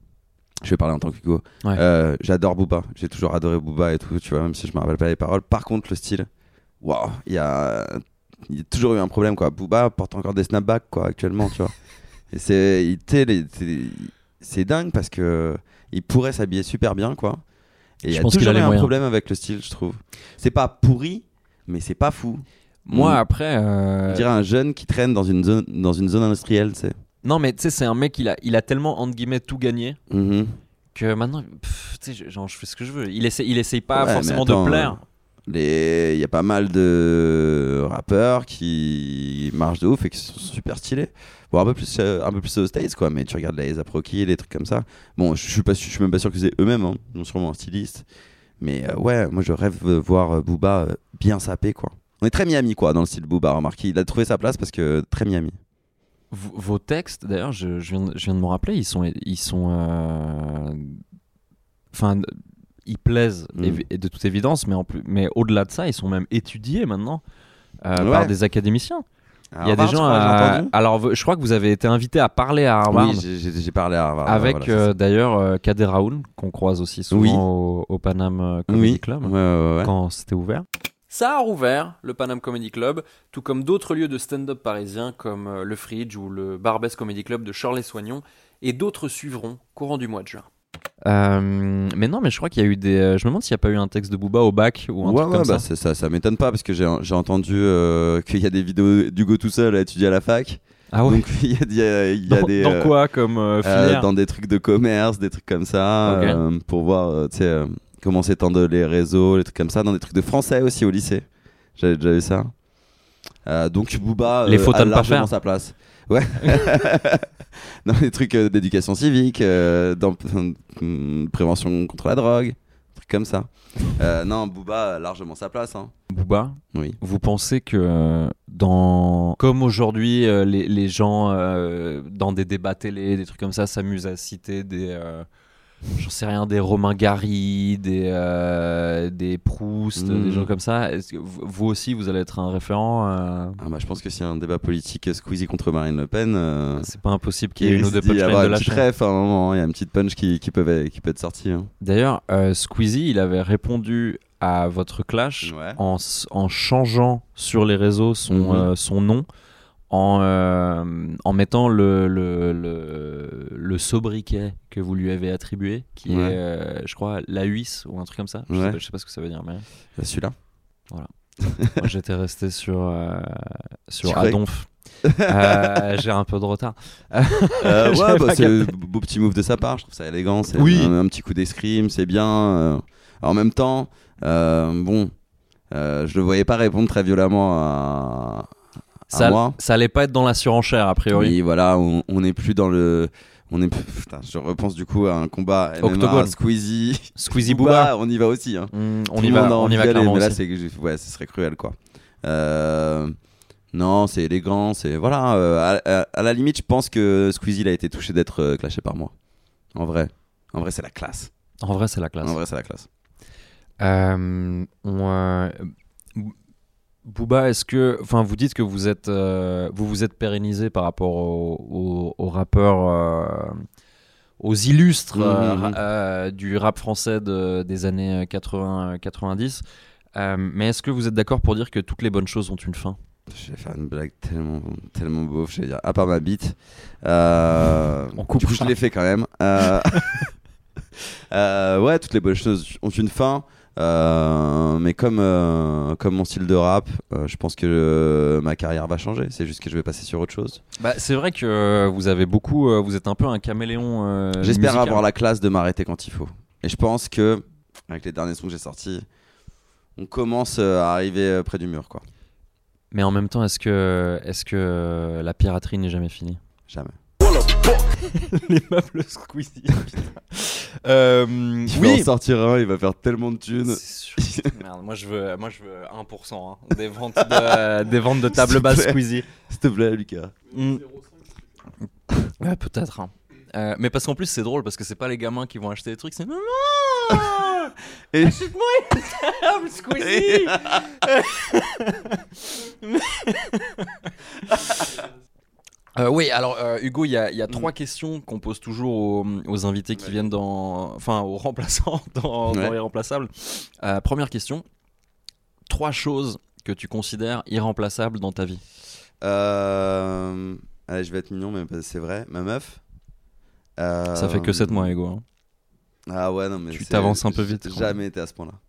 je vais parler en tant que Hugo. Ouais. Euh, J'adore Booba, j'ai toujours adoré Booba et tout, tu vois, même si je me rappelle pas les paroles. Par contre, le style, waouh, il y a, il y a toujours eu un problème, quoi. Booba porte encore des snapbacks, quoi, actuellement, tu vois. Et c'est, il- tu sais, les- c'est- c'est dingue parce que il pourrait s'habiller super bien, quoi. Et il y Je a pense qu'il toujours a les eu un moyens. problème avec le style, je trouve. C'est pas pourri, mais c'est pas fou. Moi Mm. après. euh, On dirait un jeune qui traîne dans une zone, dans une zone industrielle, tu sais. Non mais tu sais c'est un mec il a, il a tellement entre guillemets tout gagné. Mhm. Que maintenant, pff, tu sais, je- genre, je fais ce que je veux. Il essaie, il essaye pas Ouais, forcément mais attends, de plaire. Les... Il y a pas mal de rappeurs qui marchent de ouf et qui sont super stylés. Bon, un peu plus, euh, un peu plus aux States, quoi, mais tu regardes les A$ap Rocky, les trucs comme ça. Bon, je suis pas, je suis même pas sûr que c'est eux-mêmes, hein. Ils ont sûrement un styliste. Mais euh, ouais, moi je rêve de voir euh, Booba euh, bien sapé, quoi. On est très Miami, quoi, dans le style Booba. Remarquez, il a trouvé sa place parce que très Miami. V- vos textes, d'ailleurs, je, je, viens de, je viens de me rappeler, ils sont, ils sont, euh, enfin, ils plaisent Mm. évi- et de toute évidence, mais en plus, mais au-delà de ça, ils sont même étudiés maintenant euh, Ouais. par des académiciens. Il y a des Harvard, je gens. crois, j'ai à- entendu. Alors, v- je crois que vous avez été invité à parler à Harvard. Oui, j'ai- j'ai j'ai parlé à Harvard. Avec voilà, c'est euh, ça. d'ailleurs euh, Kader Raoul qu'on croise aussi souvent Oui. au, au Paname euh, Comedy Oui, Club ouais, ouais, ouais. quand c'était ouvert. Ça a rouvert le Paname Comedy Club, tout comme d'autres lieux de stand-up parisiens comme euh, le Fridge ou le Barbès Comedy Club de Charles-Soignon, et d'autres suivront courant du mois de juin. Euh, mais non, mais je crois qu'il y a eu des. euh, Je me demande s'il n'y a pas eu un texte de Booba au bac ou un Ouais, truc ouais, comme bah ça. c'est ça, ça m'étonne pas parce que j'ai, j'ai entendu euh, qu'il y a des vidéos d'Hugo tout seul à étudier à la fac. Ah ouais. Donc il y a, il y a, il y a dans, des. dans euh, quoi comme euh, euh, filière Dans des trucs de commerce, des trucs comme ça, Ok. euh, pour voir euh, tu sais, euh, comment s'étendent les réseaux, les trucs comme ça. Dans des trucs de français aussi au lycée. J'avais déjà vu ça. Euh, donc Booba euh, Les fautes à a ne pas largement faire. sa place. Ouais. Dans les trucs euh, d'éducation civique, euh, dans euh, prévention contre la drogue, trucs comme ça. Euh, non, Booba a largement sa place. Hein. Booba, Oui. vous pensez que euh, dans comme aujourd'hui euh, les, les gens euh, dans des débats télé, des trucs comme ça, s'amusent à citer des euh, j'en sais rien, des Romain Gary, des euh, des Proust, Mmh. des gens comme ça. Est-ce que vous, vous aussi vous allez être un référent euh, Ah bah, je pense que s'il y a un débat politique Squeezie contre Marine Le Pen, euh, C'est pas impossible qu'il y ait il une ou deux risque d'y punchlines avoir de une la petite chaîne. ref à un moment. Il y a une petite punch qui, qui, peut, qui peut être sortie. Hein. D'ailleurs, euh, Squeezie, il avait répondu à votre clash Ouais. en, s- en changeant sur les réseaux son, Mhm. euh, son nom, en, euh, en mettant le, le, le, le sobriquet que vous lui avez attribué, qui Ouais. est, euh, je crois, la huisse ou un truc comme ça. Je, sais Ouais. pas, je sais pas ce que ça veut dire, mais Euh, Celui-là. moi j'étais resté sur, euh, sur Tu croyais- Adonf. Euh, j'ai un peu de retard. Euh, J'avais ouais, bah, pas c'est un capté. beau petit move de sa part. Je trouve ça élégant. C'est Oui. un, un petit coup d'escrime, c'est bien. euh. En même temps, euh, bon, euh, je le voyais pas répondre très violemment à, à Ça, moi. ça allait pas être dans la surenchère, a priori. Oui, voilà, on, on est plus dans le. On est, putain, je repense du coup à un combat M M A, Octogone. Squeezie, Squeezie Booba. on y va aussi. Hein. Mm, on Tout y le va, monde a on envie y va d'y aller, clairement mais là, aussi. c'est, ouais, ce serait cruel quoi. Euh, non, c'est élégant, c'est voilà. euh, à, à- à la limite, je pense que Squeezie il a été touché d'être euh, clashé par moi. En vrai, en vrai, c'est la classe. En vrai, c'est la classe. En vrai, c'est la classe. Euh, on, euh, Bou- Booba, est-ce que, enfin, vous dites que vous êtes, euh, vous vous êtes pérennisé par rapport aux au, au rappeurs, euh, aux illustres euh, Mhm. ra- euh, du rap français de, des années quatre-vingts quatre-vingt-dix. Euh, mais est-ce que vous êtes d'accord pour dire que toutes les bonnes choses ont une fin? Je vais faire une blague tellement, tellement beauf, je vais dire, à part ma bite. Euh, On coupe du coup, je ça. l'ai fait quand même. Euh, euh, ouais, toutes les bonnes choses ont une fin. Euh, mais comme, euh, comme mon style de rap, euh, je pense que euh, ma carrière va changer. C'est juste que je vais passer sur autre chose. Bah, c'est vrai que euh, vous avez beaucoup, euh, vous êtes un peu un caméléon. euh, J'espère musical. avoir la classe de m'arrêter quand il faut. Et je pense que, avec les derniers sons que j'ai sortis, on commence euh, à arriver euh, près du mur, quoi. Mais en même temps, est-ce que, est-ce que la piraterie n'est jamais finie? Jamais. Les meubles Squeezie. putain. Euh, Il va oui. en sortir un, il va faire tellement de thunes. C'est sûr. Merde, moi je veux, moi je veux un pour cent hein, des ventes de, des ventes de table S'il te basse plaît. Squeezie. S'il te plaît, Lucas. Mm. Ouais, peut-être. hein. Euh, mais parce qu'en plus c'est drôle parce que c'est pas les gamins qui vont acheter des trucs, c'est maman. Et- Achète-moi une table Squeezie. Euh, oui, alors euh, Hugo, il y a, il y a trois questions qu'on pose toujours aux, aux invités qui Ouais. viennent dans, enfin aux remplaçants dans, Ouais. dans Irremplaçables. Euh, première question, trois choses que tu considères irremplaçables dans ta vie. Euh... Allez, je vais être mignon, mais c'est vrai. Ma meuf. Euh, Ça fait que sept mois, Hugo. hein. Ah ouais, non, mais Tu c'est- t'avances un peu j'ai vite, quoi. jamais été à ce point-là.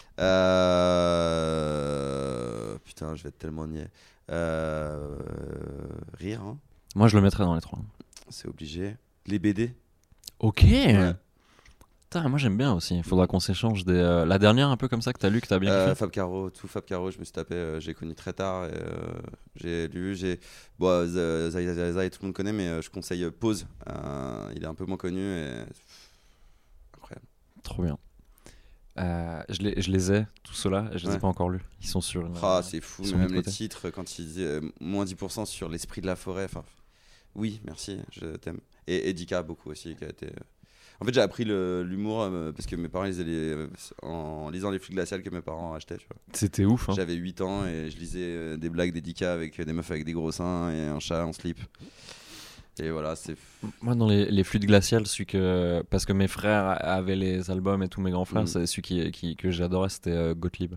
Euh... Putain, je vais être tellement niais. Euh... Rire, hein. Moi, je le mettrais dans les trois. C'est obligé. Les B D. Ok. Putain, moi j'aime bien aussi. Il faudra qu'on s'échange des. euh, La dernière, un peu comme ça que t'as lu, que t'as bien Euh, kiffé. Fab Caro, tout Fab Caro, je me suis tapé, euh, j'ai connu très tard. Et, euh, j'ai lu, j'ai. Bon, euh, Zai Zai Zai Zai, tout le monde connaît, mais euh, je conseille euh, Pause. Euh, il est un peu moins connu et. Incroyable. Trop bien. Euh, je, les, je les ai, tous ceux-là, et je les ai Ouais. pas encore lus. Ils sont sur une. Ah, c'est fou, sur mais mon même les côté. titres, quand il disait euh, moins dix pour cent sur l'esprit de la forêt. Enfin, oui, merci, je t'aime. Et Edika, beaucoup aussi, qui a été. euh, En fait, j'ai appris le- l'humour euh, parce que mes parents lisaient les, euh, en lisant les flux glaciales que mes parents achetaient. Tu vois. C'était ouf. Hein. J'avais huit ans et je lisais euh, des blagues d'Edika avec euh, des meufs avec des gros seins et un chat en slip. Et voilà, c'est. Moi, dans les, les flûtes glaciales, celui que. Parce que mes frères avaient les albums et tous mes grands frères, Mm. c'est celui qui, qui, que j'adorais, c'était euh, Gottlieb.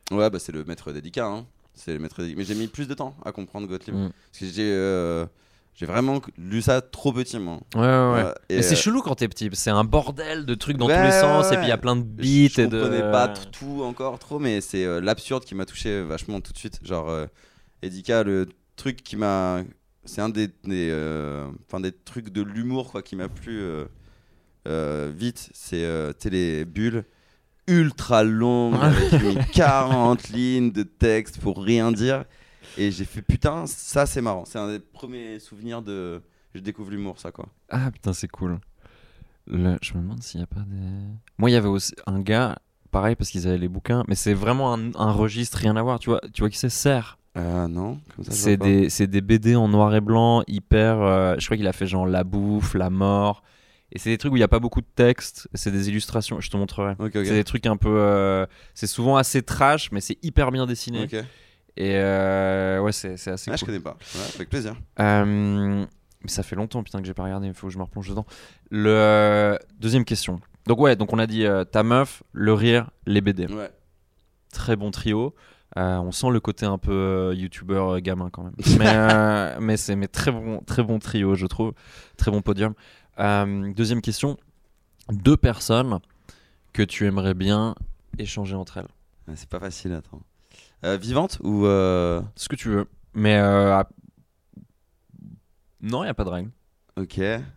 Ouais, bah c'est le maître d'Edika. Hein. C'est le maître d'Edika. Mais j'ai mis plus de temps à comprendre Gottlieb. Mm. Parce que j'ai, euh, j'ai vraiment lu ça trop petit, moi. Ouais, ouais, ouais. Euh, et, et c'est euh... chelou quand t'es petit. C'est un bordel de trucs dans ouais, tous les sens. ouais. Et puis il y a plein de beats. Je, je et de... comprenais pas tout encore trop, mais c'est euh, l'absurde qui m'a touché vachement tout de suite. Genre, euh, Edika, le truc qui m'a. C'est un des, des, euh, des trucs de l'humour quoi, qui m'a plu euh, euh, vite. C'est euh, les bulles ultra longues avec quarante lignes de texte pour rien dire. Et j'ai fait putain, ça c'est marrant. C'est un des premiers souvenirs de. Je découvre l'humour, ça quoi. Ah putain, c'est cool. Le... Je me demande s'il n'y a pas des. Moi, il y avait aussi un gars, pareil parce qu'ils avaient les bouquins, mais c'est vraiment un, un registre rien à voir. Tu vois, tu vois qui c'est, Serre. Euh, non, comme ça. C'est des, c'est des B D en noir et blanc, hyper. Euh, je crois qu'il a fait genre la bouffe, la mort. Et c'est des trucs où il n'y a pas beaucoup de texte. C'est des illustrations. Je te montrerai. Okay, okay. C'est des trucs un peu. Euh, c'est souvent assez trash, mais c'est hyper bien dessiné. Okay. Et euh, ouais, c'est, c'est assez ah, cool. Je connais pas. Ouais, avec plaisir. Euh, mais ça fait longtemps, putain, que j'ai pas regardé. Il faut que je me replonge dedans. Le euh, deuxième question. Donc ouais, donc on a dit euh, ta meuf, le rire, les B D. Ouais. Très bon trio. Euh, on sent le côté un peu euh, youtubeur euh, gamin quand même. mais euh, mais c'est mais très bon très bon trio je trouve, très bon podium. Euh, deuxième question, deux personnes que tu aimerais bien échanger entre elles. Ah, c'est pas facile, attends. Euh, vivante ou euh... ce que tu veux. Mais euh, à... non, il y a pas de règle. Ok.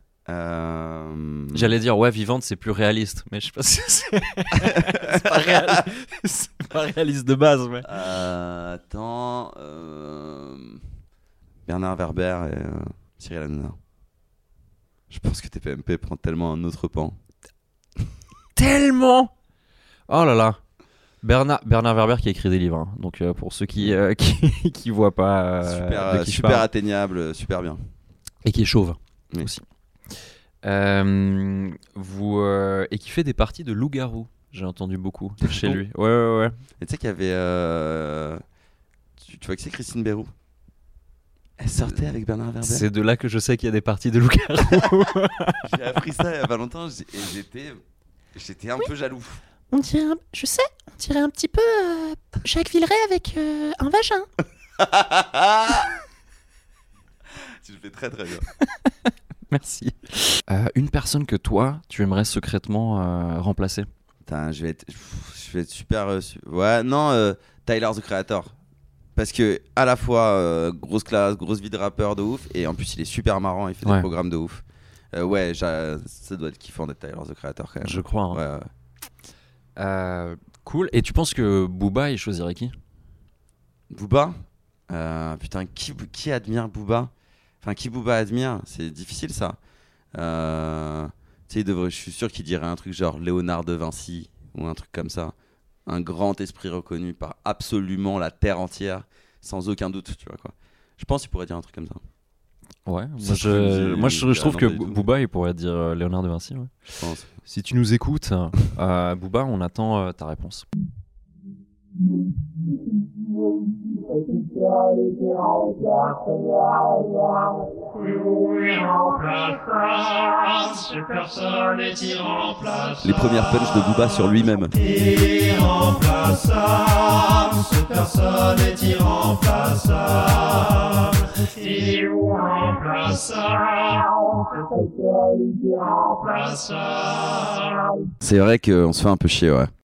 Euh... J'allais dire ouais vivante c'est plus réaliste mais je sais pas si c'est, c'est, pas, réaliste. C'est pas réaliste de base mais euh, attends euh... Bernard Werber et euh, Cyril Hanouna. Je pense que T P M P prend tellement un autre pan. Tellement. Oh là là. Bernard, Bernard Werber qui a écrit des livres hein. Donc euh, pour ceux qui euh, qui, qui voient pas euh, super, qui super atteignable, super bien et qui est chauve oui. aussi. Euh, vous, euh, et qui fait des parties de loup-garou, j'ai entendu beaucoup chez lui. Ouais, ouais, ouais. Et tu sais qu'il y avait. Euh... Tu, tu vois que c'est Christine Bérou. Elle sortait avec Bernard Werber. C'est de là que je sais qu'il y a des parties de loup-garou. J'ai appris ça il y a pas longtemps et j'étais, j'étais un oui. peu jaloux. On dirait, un... je sais, on dirait un petit peu euh, Jacques Villeray avec euh, un vagin. Tu le fais très très bien. Merci. Euh, une personne que toi, tu aimerais secrètement euh, remplacer. Putain, je vais être, je vais être super. Euh, su... Ouais, non, euh, Tyler the Creator. Parce que à la fois euh, grosse classe, grosse vie de rappeur de ouf, et en plus il est super marrant, il fait ouais. des programmes de ouf. Euh, ouais, ça doit être kiffant d'être Tyler the Creator quand même. Je crois. Hein. Ouais, ouais. Euh, cool. Et tu penses que Booba il choisirait qui ? Booba euh, Putain, qui, qui admire Booba ? Enfin, qui Booba admire, c'est difficile ça. Euh, tu sais, devrait, je suis sûr qu'il dirait un truc genre Léonard de Vinci ou un truc comme ça. Un grand esprit reconnu par absolument la terre entière, sans aucun doute, tu vois quoi. Je pense qu'il pourrait dire un truc comme ça. Ouais, moi je, moi, je, je trouve que Booba il pourrait dire euh, Léonard de Vinci. Ouais. Je pense. Si tu nous écoutes, euh, Booba, on attend euh, ta réponse. Les premières punches de Booba sur lui-même. Irremplaçable, cette personne est irremplaçable. Irremplaçable, c'est vrai qu'on se fait un peu chier, ouais.